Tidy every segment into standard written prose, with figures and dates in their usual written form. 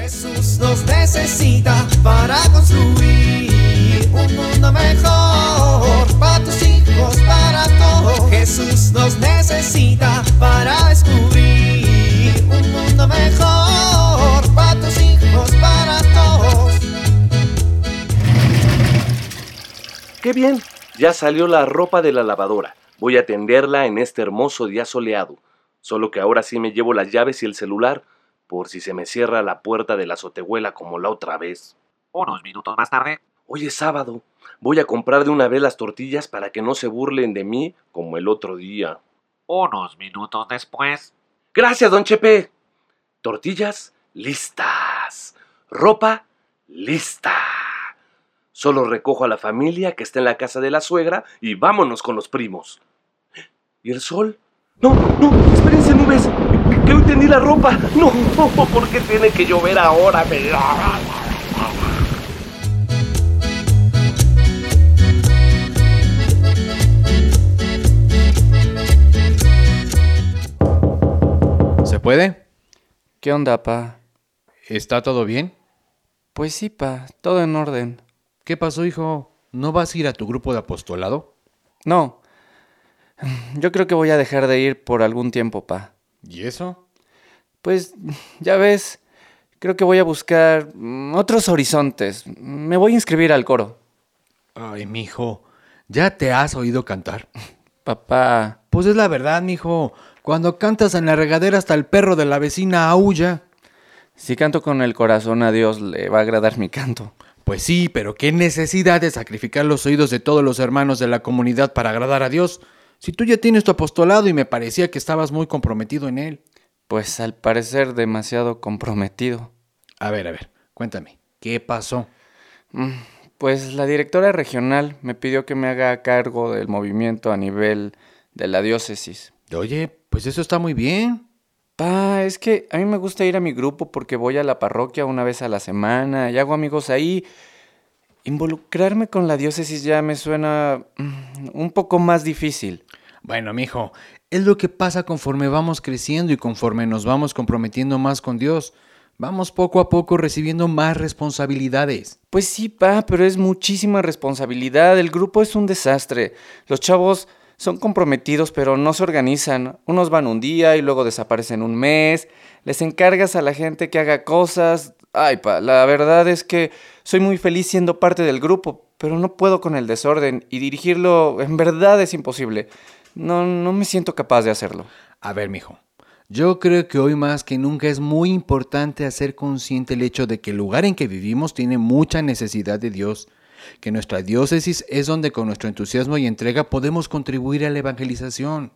Jesús nos necesita para construir un mundo mejor, para tus hijos, para todos. Jesús nos necesita para descubrir un mundo mejor, para tus hijos, para todos. ¡Qué bien! Ya salió la ropa de la lavadora. Voy a tenderla en este hermoso día soleado. Solo que ahora sí me llevo las llaves y el celular, por si se me cierra la puerta de la azotehuela como la otra vez. Unos minutos más tarde. Hoy es sábado. Voy a comprar de una vez las tortillas para que no se burlen de mí como el otro día. Unos minutos después. ¡Gracias, don Chepe! Tortillas listas. Ropa lista. Solo recojo a la familia que está en la casa de la suegra y vámonos con los primos. ¿Y el sol? ¡No! ¡Espérense, nubes! ¡Que hoy tendí la ropa! ¡No! ¿Por qué tiene que llover ahora? ¿Se puede? ¿Qué onda, pa? ¿Está todo bien? Pues sí, pa, todo en orden. ¿Qué pasó, hijo? ¿No vas a ir a tu grupo de apostolado? No, yo creo que voy a dejar de ir por algún tiempo, pa. ¿Y eso? Pues, ya ves, creo que voy a buscar otros horizontes. Me voy a inscribir al coro. Ay, mijo, ¿ya te has oído cantar? Papá, Pues es la verdad, mijo. Cuando cantas en la regadera hasta el perro de la vecina aúlla. si canto con el corazón a Dios, le va a agradar mi canto. Pues sí, pero qué necesidad de sacrificar los oídos de todos los hermanos de la comunidad para agradar a Dios. Si tú ya tienes tu apostolado y me parecía que estabas muy comprometido en él. Pues al parecer demasiado comprometido. A ver, cuéntame, ¿qué pasó? Pues la directora regional me pidió que me haga cargo del movimiento a nivel de la diócesis. Oye, pues eso está muy bien. Pa, es que a mí me gusta ir a mi grupo porque voy a la parroquia una vez a la semana y hago amigos ahí. Involucrarme con la diócesis ya me suena un poco más difícil. Bueno, mijo, es lo que pasa conforme vamos creciendo y conforme nos vamos comprometiendo más con Dios. Vamos poco a poco recibiendo más responsabilidades. Pues sí, pa, pero es muchísima responsabilidad. El grupo es un desastre. Los chavos son comprometidos, pero no se organizan. Unos van un día y luego desaparecen un mes. Les encargas a la gente que haga cosas. Ay, pa, la verdad es que soy muy feliz siendo parte del grupo, pero no puedo con el desorden y dirigirlo en verdad es imposible. No me siento capaz de hacerlo. A ver, mijo, yo creo que hoy más que nunca es muy importante hacer consciente el hecho de que el lugar en que vivimos tiene mucha necesidad de Dios, que nuestra diócesis es donde con nuestro entusiasmo y entrega podemos contribuir a la evangelización.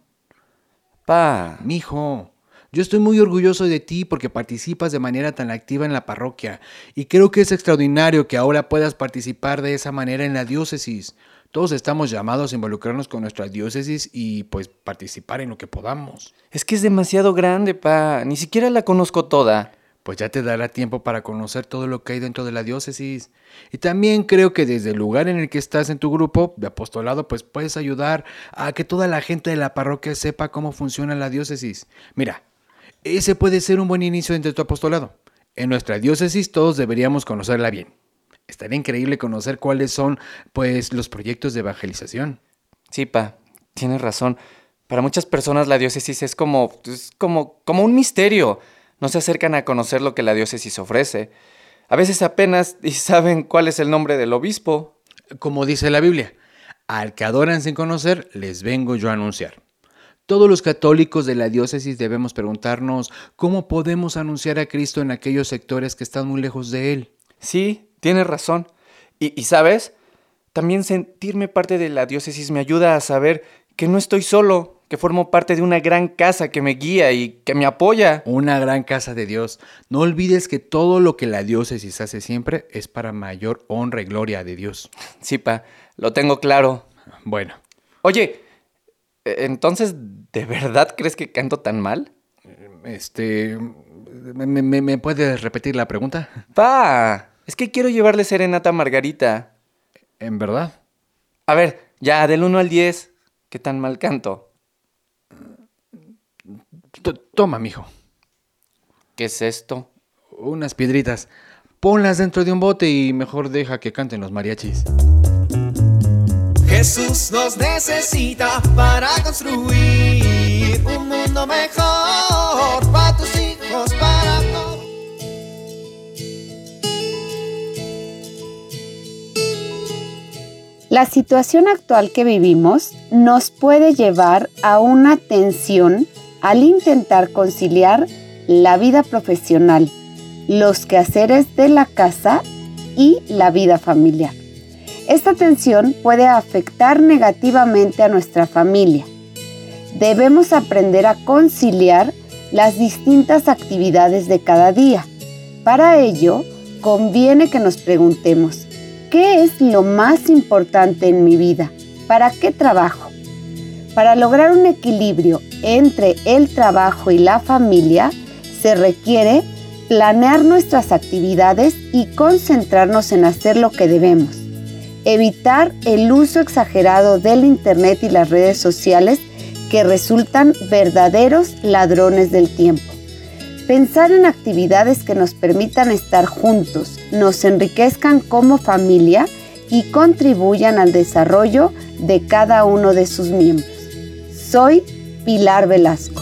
Pa, Mijo, yo estoy muy orgulloso de ti porque participas de manera tan activa en la parroquia y creo que es extraordinario que ahora puedas participar de esa manera en la diócesis. Todos estamos llamados a involucrarnos con nuestra diócesis y pues participar en lo que podamos. es que es demasiado grande, pa. Ni siquiera la conozco toda. Pues ya te dará tiempo para conocer todo lo que hay dentro de la diócesis. Y también creo que desde el lugar en el que estás en tu grupo de apostolado, pues puedes ayudar a que toda la gente de la parroquia sepa cómo funciona la diócesis. Mira, ese puede ser un buen inicio entre tu apostolado. En nuestra diócesis todos deberíamos conocerla bien. Estaría increíble conocer cuáles son, pues, los proyectos de evangelización. Sí, pa, tienes razón. Para muchas personas la diócesis es como un misterio. No se acercan a conocer lo que la diócesis ofrece. A veces apenas y saben cuál es el nombre del obispo. Como dice la Biblia, al que adoran sin conocer, les vengo yo a anunciar. Todos los católicos de la diócesis debemos preguntarnos cómo podemos anunciar a Cristo en aquellos sectores que están muy lejos de Él. Sí, tienes razón. Y ¿sabes? También sentirme parte de la diócesis me ayuda a saber que no estoy solo, que formo parte de una gran casa que me guía y que me apoya. Una gran casa de Dios. No olvides que todo lo que la diócesis hace siempre es para mayor honra y gloria de Dios. Sí, pa, lo tengo claro. Bueno, Oye, entonces, ¿de verdad crees que canto tan mal? ¿me puedes repetir la pregunta? Pa, es que quiero llevarle serenata a Margarita. ¿En verdad? A ver, ya, del 1 al 10, ¿qué tan mal canto? Toma, mijo. ¿Qué es esto? unas piedritas. Ponlas dentro de un bote y mejor deja que canten los mariachis. Jesús nos necesita para construir un mundo mejor para tus hijos, para todos. La situación actual que vivimos nos puede llevar a una tensión al intentar conciliar la vida profesional, los quehaceres de la casa y la vida familiar. Esta tensión puede afectar negativamente a nuestra familia. Debemos aprender a conciliar las distintas actividades de cada día. Para ello, conviene que nos preguntemos, ¿qué es lo más importante en mi vida? ¿Para qué trabajo? Para lograr un equilibrio entre el trabajo y la familia, se requiere planear nuestras actividades y concentrarnos en hacer lo que debemos. Evitar el uso exagerado del Internet y las redes sociales que resultan verdaderos ladrones del tiempo. Pensar en actividades que nos permitan estar juntos, nos enriquezcan como familia y contribuyan al desarrollo de cada uno de sus miembros. Soy Pilar Velasco.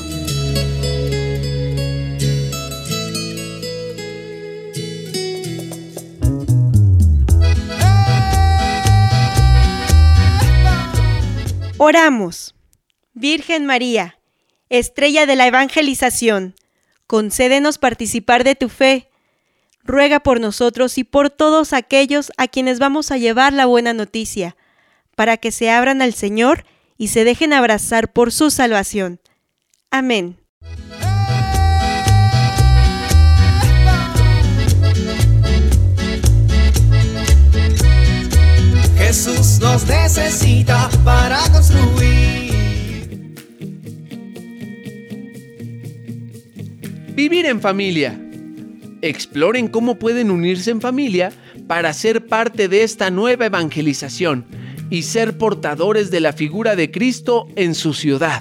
Oramos. Virgen María, estrella de la evangelización, concédenos participar de tu fe. Ruega por nosotros y por todos aquellos a quienes vamos a llevar la buena noticia, para que se abran al Señor y se dejen abrazar por su salvación. Amén. Jesús nos necesita para construir. Vivir en familia. Exploren cómo pueden unirse en familia para ser parte de esta nueva evangelización y ser portadores de la figura de Cristo en su ciudad.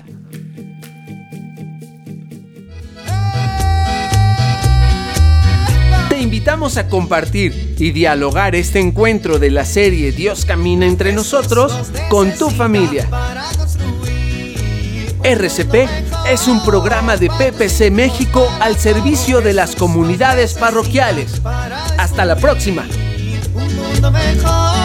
Te invitamos a compartir y dialogar este encuentro de la serie Dios camina entre nosotros con tu familia. RCP es un programa de PPC México al servicio de las comunidades parroquiales. Hasta la próxima. Un mundo mejor.